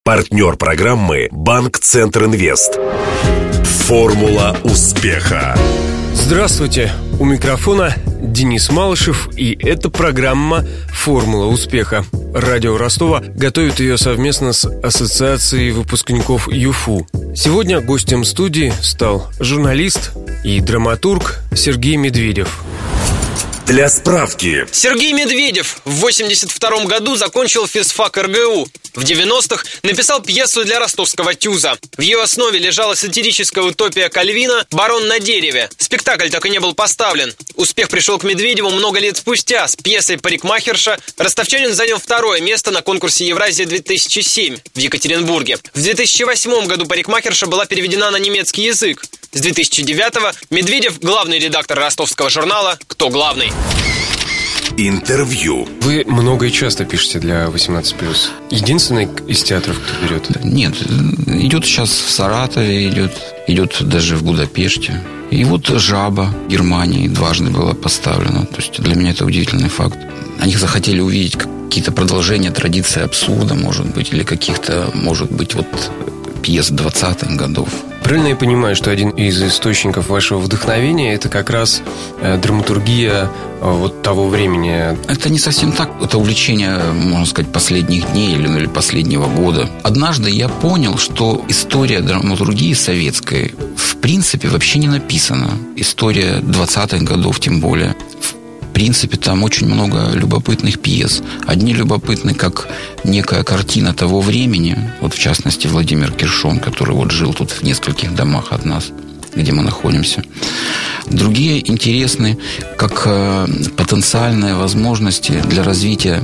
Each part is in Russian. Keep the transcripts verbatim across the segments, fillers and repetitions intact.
Партнер программы «Банк Центр Инвест». Формула успеха. Здравствуйте, у микрофона Денис Малышев, и это программа «Формула успеха». Радио Ростова готовит ее совместно с Ассоциацией выпускников ЮФУ. Сегодня гостем студии стал журналист и драматург Сергей Медведев. Для справки. Сергей Медведев в восемьдесят втором году закончил физфак эр гэ у. В девяностых написал пьесу для ростовского ТЮЗа. В ее основе лежала сатирическая утопия Кальвина «Барон на дереве». Спектакль так и не был поставлен. Успех пришел к Медведеву много лет спустя. С пьесой «Парикмахерша» ростовчанин занял второе место на конкурсе «Евразия-две тысячи семь» в Екатеринбурге. В две тысячи восьмом году «Парикмахерша» была переведена на немецкий язык. С две тысячи девятого Медведев – главный редактор ростовского журнала «Кто главный?». Интервью. Вы много и часто пишете для восемнадцать плюс. Единственный из театров, кто берет? Нет, идет сейчас в Саратове, идет, идет даже в Будапеште. И вот «Жаба» в Германии дважды была поставлена. То есть для меня это удивительный факт. Они захотели увидеть какие-то продолжения традиции абсурда, может быть, или каких-то, может быть, вот пьес двадцатых годов. Правильно я понимаю, что один из источников вашего вдохновения – это как раз э, драматургия э, вот того времени? Это не совсем так. Это увлечение, можно сказать, последних дней или, или последнего года. Однажды я понял, что история драматургии советской в принципе вообще не написана. История двадцатых годов тем более. В принципе, там очень много любопытных пьес. Одни любопытны, как некая картина того времени. Вот, в частности, Владимир Киршон, который вот жил тут в нескольких домах от нас, где мы находимся. Другие интересны, как э, потенциальные возможности для развития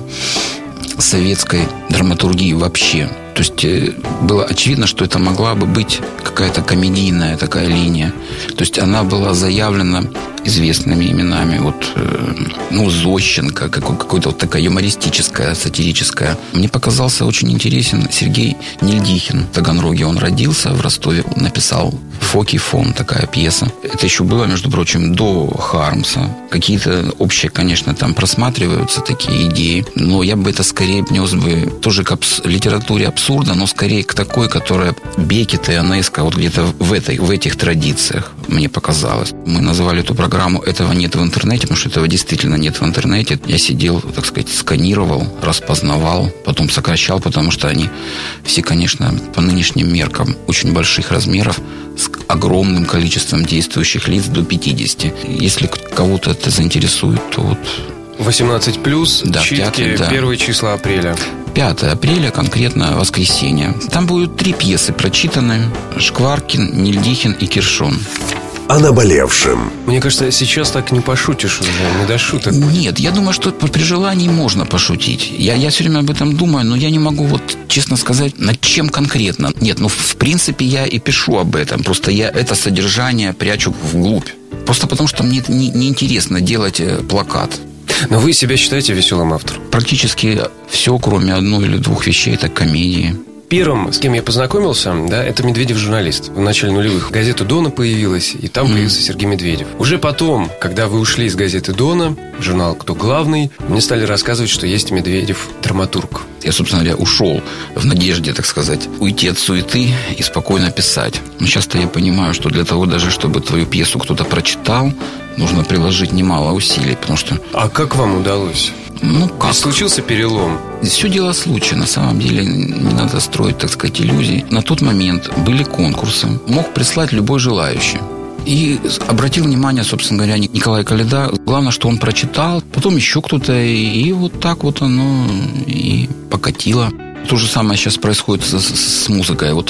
советской драматургии вообще. То есть э, было очевидно, что это могла бы быть какая-то комедийная такая линия. То есть она была заявлена известными именами. Вот, э, ну, Зощенко, какой- какой-то вот такая юмористическая, сатирическая. Мне показался очень интересен Сергей Нильдихин. В Таганроге он родился, в Ростове написал «Фоки фон», такая пьеса. Это еще было, между прочим, до Хармса. Какие-то общие, конечно, там просматриваются такие идеи, но я бы это скорее отнес бы тоже к абс- литературе абсурда, но скорее к такой, которая Беккет и Ионеско вот где-то в, этой, в этих традициях, мне показалось. Мы называли эту программу «Этого нет в интернете», потому что этого действительно нет в интернете. Я сидел, так сказать, сканировал, распознавал, потом сокращал, потому что они все, конечно, по нынешним меркам очень больших размеров, с огромным количеством действующих лиц до пятидесяти. Если кого-то это заинтересует, то вот... восемнадцать плюс, Да, читки, театре, да. первые числа апреля. пятое апреля, конкретно воскресенье. Там будут три пьесы прочитаны: Шкваркин, Нильдихин и Киршон. О наболевшем. Мне кажется, сейчас так не пошутишь уже, не до шуток. Нет, я думаю, что при желании можно пошутить. Я, я все время об этом думаю, но я не могу вот честно сказать, над чем конкретно. Нет, ну в принципе я и пишу об этом. Просто я это содержание прячу вглубь. Просто потому, что мне не, не интересно делать плакат. Но вы себя считаете веселым автором? Практически все, кроме одной или двух вещей, это комедии. Первым, с кем я познакомился, да, это Медведев журналист. В начале нулевых газета «Дона» появилась, и там mm. появился Сергей Медведев. Уже потом, когда вы ушли из газеты «Дона», журнал «Кто главный», мне стали рассказывать, что есть Медведев драматург. Я, собственно говоря, ушел в надежде, так сказать, уйти от суеты и спокойно писать. Но сейчас-то я понимаю, что для того даже, чтобы твою пьесу кто-то прочитал, нужно приложить немало усилий, потому что... А как вам удалось? Ну, как? Случился перелом. Все дело случая. На самом деле не надо строить, так сказать, иллюзий. На тот момент были конкурсы. Мог прислать любой желающий. И обратил внимание, собственно говоря, Николай Коляда. Главное, что он прочитал. Потом еще кто-то. И вот так вот оно и покатило. То же самое сейчас происходит с, с музыкой. Вот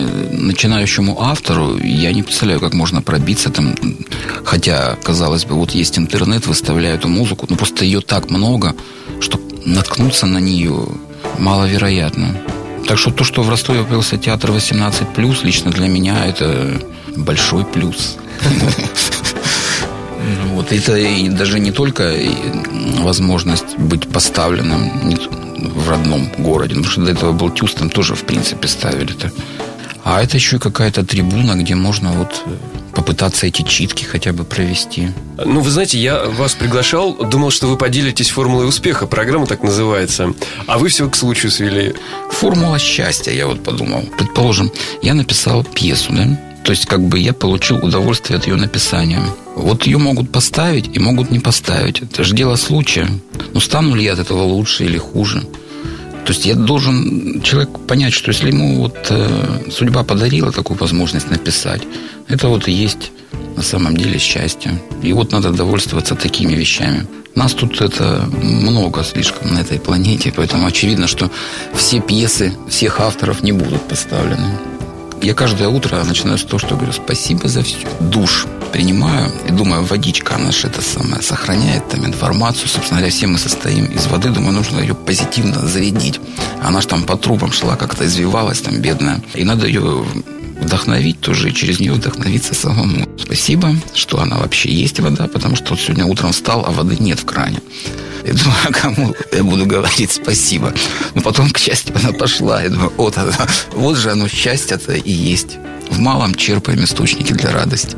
начинающему автору я не представляю, как можно пробиться там. Хотя, казалось бы, вот есть интернет, выставляют эту музыку, но просто ее так много, что наткнуться на нее маловероятно. Так что то, что в Ростове появился театр восемнадцать плюс, лично для меня это большой плюс. Вот это даже не только возможность быть поставленным в родном городе, потому что до этого был ТЮЗ, там тоже в принципе ставили это. А это еще и какая-то трибуна, где можно вот попытаться эти читки хотя бы провести. Ну, вы знаете, я вас приглашал, думал, что вы поделитесь формулой успеха. Программа так называется. А вы все к случаю свели. Формула счастья, я вот подумал. Предположим, я написал пьесу, да? То есть, как бы я получил удовольствие от ее написания. Вот ее могут поставить и могут не поставить. Это же дело случая. Ну, стану ли я от этого лучше или хуже? То есть я должен человек понять, что если ему вот э, судьба подарила такую возможность написать, это вот и есть на самом деле счастье. И вот надо довольствоваться такими вещами. Нас тут это много слишком на этой планете, поэтому очевидно, что все пьесы всех авторов не будут поставлены. Я каждое утро начинаю с того, что говорю: спасибо за все. Душ принимаю и думаю, водичка, она же это самое сохраняет там информацию. Собственно говоря, все мы состоим из воды. Думаю, нужно ее позитивно зарядить. Она же там по трубам шла, как-то извивалась там, бедная. И надо ее вдохновить тоже, и через нее вдохновиться самому. Спасибо, что она вообще есть, вода, потому что вот сегодня утром встал, а воды нет в кране. Я думаю, а кому я буду говорить спасибо? Но потом, к счастью, она пошла. Я думаю, вот, вот же оно, счастье-то и есть. В малом черпаем источники для радости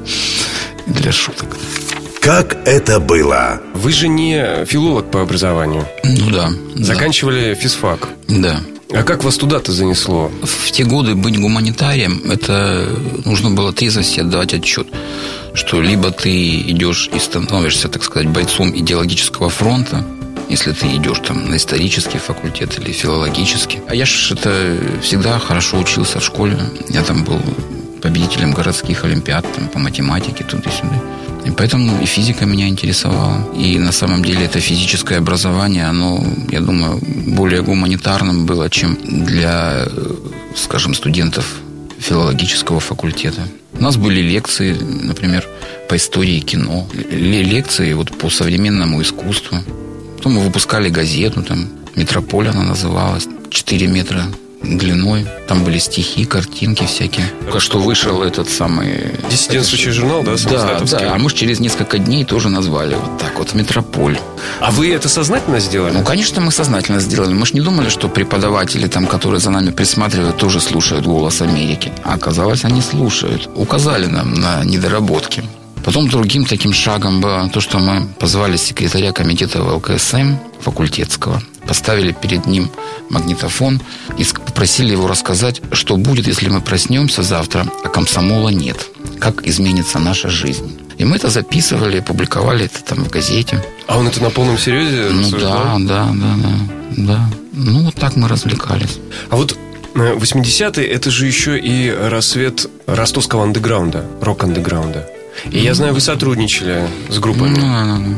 и для шуток. Как это было? Вы же не филолог по образованию. Ну да. Заканчивали да. физфак. Да. А как вас туда-то занесло? В те годы быть гуманитарием, это нужно было трезво себе отдавать отчет, что либо ты идешь и становишься, так сказать, бойцом идеологического фронта, если ты идешь там на исторический факультет или филологический. А я же это всегда хорошо учился в школе. Я там был победителем городских олимпиад там, по математике, туда-сюда. И поэтому и физика меня интересовала. И на самом деле это физическое образование, оно, я думаю, более гуманитарным было, чем для, скажем, студентов филологического факультета. У нас были лекции, например, по истории кино, лекции вот по современному искусству. Потом мы выпускали газету, там «Метрополь» она называлась, четыре метра длиной. Там были стихи, картинки всякие. Только что вышел этот самый... Диссидентствующий журнал, да? Да, да. А мы же через несколько дней тоже назвали вот так вот «Метрополь». А вы это сознательно сделали? Ну, конечно, мы сознательно сделали. Мы же не думали, что преподаватели, там, которые за нами присматривают, тоже слушают «Голос Америки». А оказалось, они слушают. Указали нам на недоработки. Потом другим таким шагом было то, что мы позвали секретаря комитета вэ эл ка эс эм факультетского, поставили перед ним магнитофон и попросили его рассказать, что будет, если мы проснемся завтра, а комсомола нет. Как изменится наша жизнь. И мы это записывали, публиковали это там в газете. А он это на полном серьезе? Ну да, да, да, да, да. Ну вот так мы развлекались. А вот восьмидесятые это же еще и рассвет ростовского андеграунда, рок-андеграунда. И я знаю, вы сотрудничали с группами. Ну,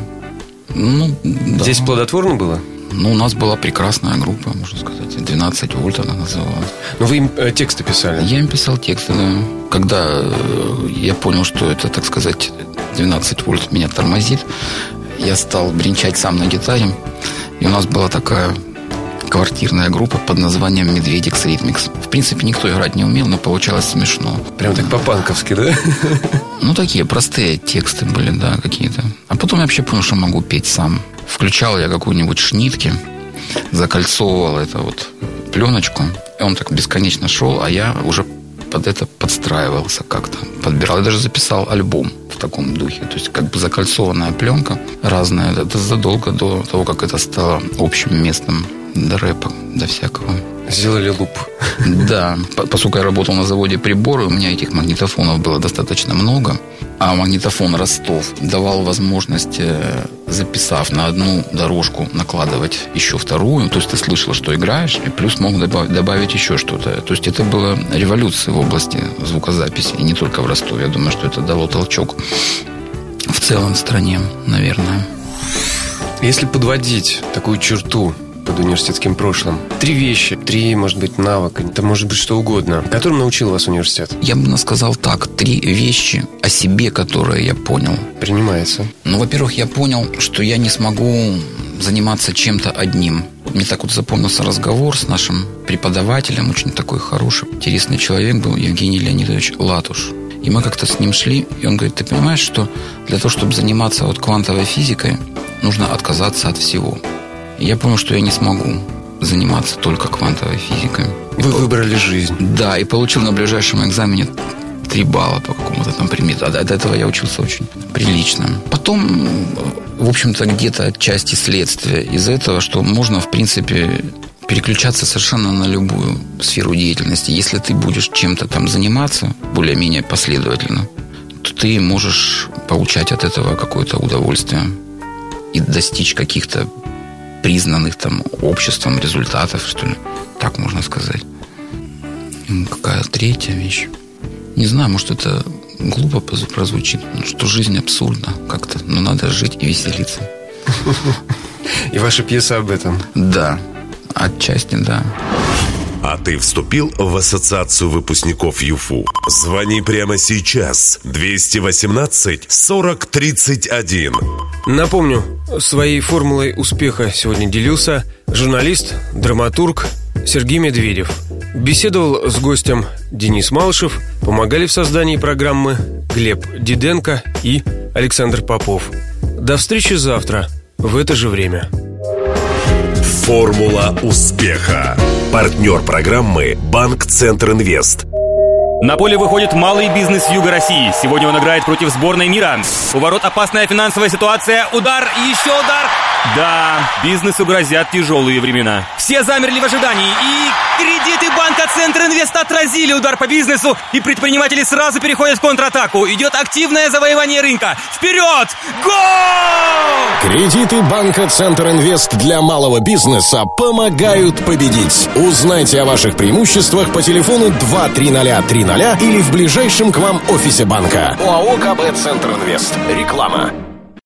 ну да. Здесь плодотворно было? Ну, у нас была прекрасная группа, можно сказать. двенадцать вольт она называлась. Но вы им э, тексты писали? Я им писал тексты, да. Когда э, я понял, что это, так сказать, двенадцать вольт меня тормозит, я стал бренчать сам на гитаре. И у нас была такая квартирная группа под названием «Медведикс Ритмикс». В принципе, никто играть не умел, но получалось смешно. Прям так по-панковски, да? Ну, такие простые тексты были, да, какие-то. А потом я вообще понял, что могу петь сам. Включал я какую-нибудь Шнитке, закольцовывал это вот пленочку, и он так бесконечно шел, а я уже под это подстраивался как-то, подбирал. Я даже записал альбом в таком духе. То есть как бы закольцованная пленка разная. Это задолго до того, как это стало общим местом до рэпа, до всякого. Сделали луп. Да, поскольку я работал на заводе приборы, у меня этих магнитофонов было достаточно много. А магнитофон Ростов давал возможность, записав на одну дорожку, накладывать еще вторую. То есть ты слышал, что играешь, и плюс мог добавить еще что-то. То есть это была революция в области звукозаписи. И не только в Ростове. Я думаю, что это дало толчок в целом в стране, наверное. Если подводить такую черту под университетским прошлым, три вещи, три, может быть, навыка, это может быть что угодно, которым научил вас университет. Я бы сказал так, три вещи о себе, которые я понял. Принимается. Ну, во-первых, я понял, что я не смогу заниматься чем-то одним. Мне так вот запомнился разговор с нашим преподавателем, очень такой хороший, интересный человек был, Евгений Леонидович Латуш. И мы как-то с ним шли, и он говорит: ты понимаешь, что для того, чтобы заниматься вот квантовой физикой, нужно отказаться от всего. И я понял, что я не смогу заниматься только квантовой физикой. Вы выбрали жизнь. Да, и получил на ближайшем экзамене три балла по какому-то там предмету. А до этого я учился очень прилично. Потом, в общем-то, где-то отчасти следствие из этого, что можно, в принципе, переключаться совершенно на любую сферу деятельности. Если ты будешь чем-то там заниматься более-менее последовательно, то ты можешь получать от этого какое-то удовольствие и достичь каких-то признанных там обществом результатов, что ли. Так можно сказать. И какая третья вещь? Не знаю, может, это глупо прозвучит, что жизнь абсурдна как-то, но надо жить и веселиться. И ваша пьеса об этом? Да, отчасти, да. А ты вступил в ассоциацию выпускников ЮФУ? Звони прямо сейчас. двести восемнадцать сорок тридцать один. Напомню, своей формулой успеха сегодня делился журналист, драматург Сергей Медведев. Беседовал с гостем Денис Малышев. Помогали в создании программы Глеб Диденко и Александр Попов. До встречи завтра в это же время. Формула успеха. Партнер программы «Банк Центр Инвест». На поле выходит малый бизнес Юга России. Сегодня он играет против сборной мира. У ворот опасная финансовая ситуация. Удар и еще удар. Да, бизнесу грозят тяжелые времена. Все замерли в ожидании. И кредиты банка Центр Инвест отразили удар по бизнесу. И предприниматели сразу переходят в контратаку. Идет активное завоевание рынка. Вперед! Гол! Кредиты банка Центр Инвест для малого бизнеса помогают победить. Узнайте о ваших преимуществах по телефону два три ноль три ноль или в ближайшем к вам офисе банка. ОАО КБ Центр Инвест. Реклама.